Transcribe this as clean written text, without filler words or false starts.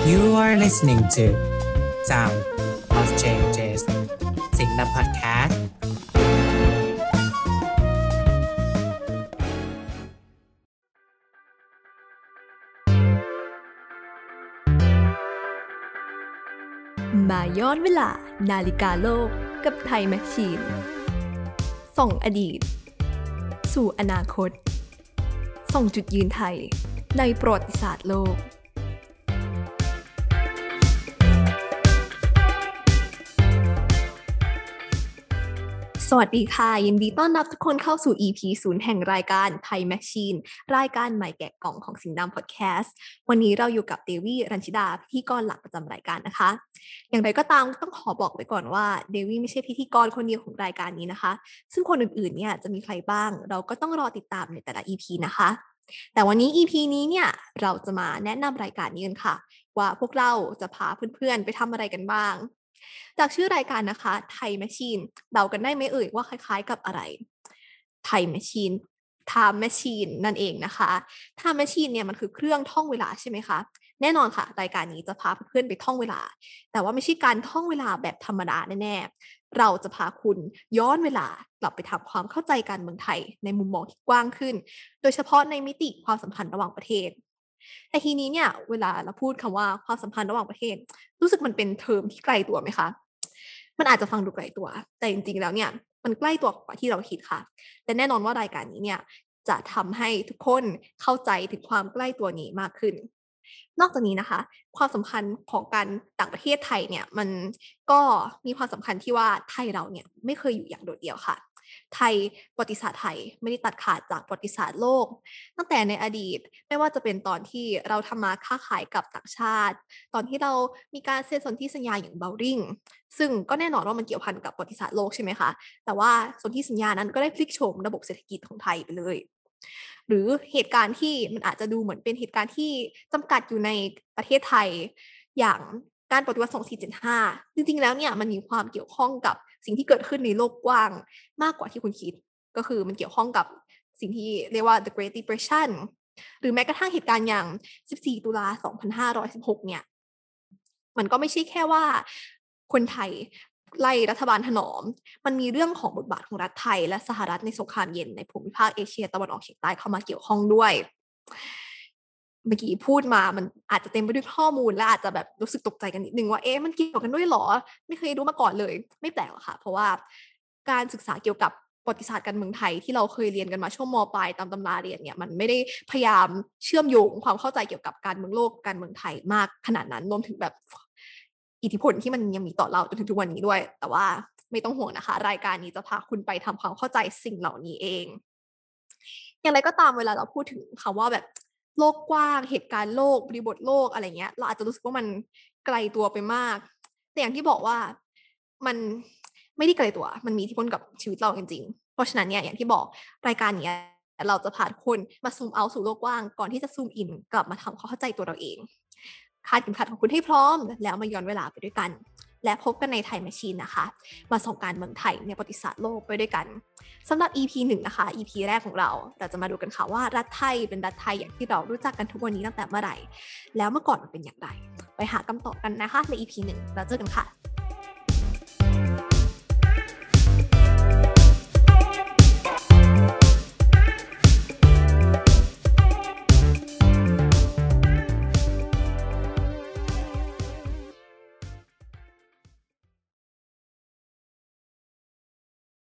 You are listening to Sound of Changes สิ่งนำพอดแคสต์มาย้อนเวลานาฬิกาโลกกับไทยแมชชีนส่องอดีตสู่อนาคตส่องจุดยืนไทยในประวัติศาสตร์โลกสวัสดีค่ะยินดีต้อนรับทุกคนเข้าสู่ EP 0แห่งรายการไทยแมชชีนรายการใหม่แกะกล่องของสิงห์ดำพอดแคสต์วันนี้เราอยู่กับเดวี่รัญชิดาพิธีกรหลักประจำรายการนะคะอย่างไรก็ตามต้องขอบอกไว้ก่อนว่าเดวี่ไม่ใช่พิธีกรคนเดียวของรายการนี้นะคะซึ่งคนอื่นๆเนี่ยจะมีใครบ้างเราก็ต้องรอติดตามในแต่ละ EP นะคะแต่วันนี้ EP นี้เนี่ยเราจะมาแนะนำรายการนี้กันค่ะว่าพวกเราจะพาเพื่อนๆไปทำอะไรกันบ้างจากชื่อรายการนะคะไทยแมชชีนเดากันได้ไหมเอ่ยว่าคล้ายๆกับอะไรไทยแมชชีนTime Machine นั่นเองนะคะ Time Machine เนี่ยมันคือเครื่องท่องเวลาใช่ไหมคะแน่นอนค่ะรายการนี้จะพาเพื่อนๆไปท่องเวลาแต่ว่าไม่ใช่การท่องเวลาแบบธรรมดาแน่ๆเราจะพาคุณย้อนเวลากลับไปทำความเข้าใจการเมืองไทยในมุมมองที่กว้างขึ้นโดยเฉพาะในมิติความสัมพันธ์ระหว่างประเทศแต่ทีนี้เนี่ยเวลาเราพูดคำว่าความสัมพันธ์ระหว่างประเทศรู้สึกมันเป็นเทอมที่ไกลตัวไหมคะมันอาจจะฟังดูไกลตัวแต่จริงๆแล้วเนี่ยมันใกล้ตัวกว่าที่เราคิดค่ะและแน่นอนว่ารายการนี้เนี่ยจะทำให้ทุกคนเข้าใจถึงความใกล้ตัวนี้มากขึ้นนอกจากนี้นะคะความสำคัญของการต่างประเทศไทยเนี่ยมันก็มีความสำคัญที่ว่าไทยเราเนี่ยไม่เคยอยู่อย่างโดดเดี่ยวค่ะไทยประวัติศาสตร์ไทยไม่ได้ตัดขาดจากประวัติศาสตร์โลกตั้งแต่ในอดีตไม่ว่าจะเป็นตอนที่เราทำมาค้าขายกับต่างชาติตอนที่เรามีการเซ็นสนธิสัญญาอย่างเบลริงซึ่งก็แน่นอนว่ามันเกี่ยวพันกับประวัติศาสตร์โลกใช่ไหมคะแต่ว่าสนธิสัญญานั้นก็ได้พลิกโฉมระบบเศรษฐกิจของไทยไปเลยหรือเหตุการณ์ที่มันอาจจะดูเหมือนเป็นเหตุการณ์ที่จำกัดอยู่ในประเทศไทยอย่างการปฏิวัติ2475จริงๆแล้วเนี่ยมันมีความเกี่ยวข้องกับสิ่งที่เกิดขึ้นในโลกกว้างมากกว่าที่คุณคิดก็คือมันเกี่ยวข้องกับสิ่งที่เรียกว่า The Great Depression หรือแม้กระทั่งเหตุการณ์อย่าง14ตุลา2516เนี่ยมันก็ไม่ใช่แค่ว่าคนไทยไล่รัฐบาลถนอมมันมีเรื่องของบทบาทของรัฐไทยและสหรัฐในสงครามเย็นในภูมิภาคเอเชียตะวันออกเฉียงใต้เข้ามาเกี่ยวข้องด้วยเมื่อกี้พูดมามันอาจจะเต็มไปด้วยข้อมูลและอาจจะแบบรู้สึกตกใจกันนิดนึงว่ามันเกี่ยวกันด้วยหรอไม่เคยรู้มาก่อนเลยไม่แปลกหรอกค่ะเพราะว่าการศึกษาเกี่ยวกับประวัติศาสตร์การเมืองไทยที่เราเคยเรียนกันมาช่วงม.ปลายตามตำราเรียนเนี่ยมันไม่ได้พยายามเชื่อมโยงความเข้าใจเกี่ยวกับการเมืองโลกการเมืองไทยมากขนาดนั้นรวมถึงแบบอิทธิพลที่มันยังมีต่อเราจนถึงทุกวันนี้ด้วยแต่ว่าไม่ต้องห่วงนะคะรายการนี้จะพาคุณไปทำความเข้าใจสิ่งเหล่านี้เองอย่างไรก็ตามเวลาเราพูดถึงคำว่าแบบโลกกว้างเหตุการณ์โลกบริบทโลกอะไรเงี้ยเราอาจจะรู้สึกว่ามันไกลตัวไปมากแต่อย่างที่บอกว่ามันไม่ได้ไกลตัวมันมีอิทธิพลกับชีวิตเราจริงๆเพราะฉะนั้นเนี่ยอย่างที่บอกรายการนี้เราจะพาคนมาซูมเอาสู่โลกกว้างก่อนที่จะซูมอินกลับมาทำความเข้าใจตัวเราเองคาดเข็มขัดของคุณให้พร้อมแล้วมาย้อนเวลาไปด้วยกันและพบกันในไทยแมชชีนนะคะมาส่องการเมืองไทยในประวัติศาสตร์โลกไปด้วยกันสำหรับ EP 1นะคะ EP แรกของเราจะมาดูกันค่ะว่ารัฐไทยเป็นรัฐไทยอย่างที่เรารู้จักกันทุกวันนี้ตั้งแต่เมื่อไหร่แล้วเมื่อก่อนมันเป็นอย่างไรไปหาคำตอบกันนะคะใน EP 1แล้วเจอกันค่ะ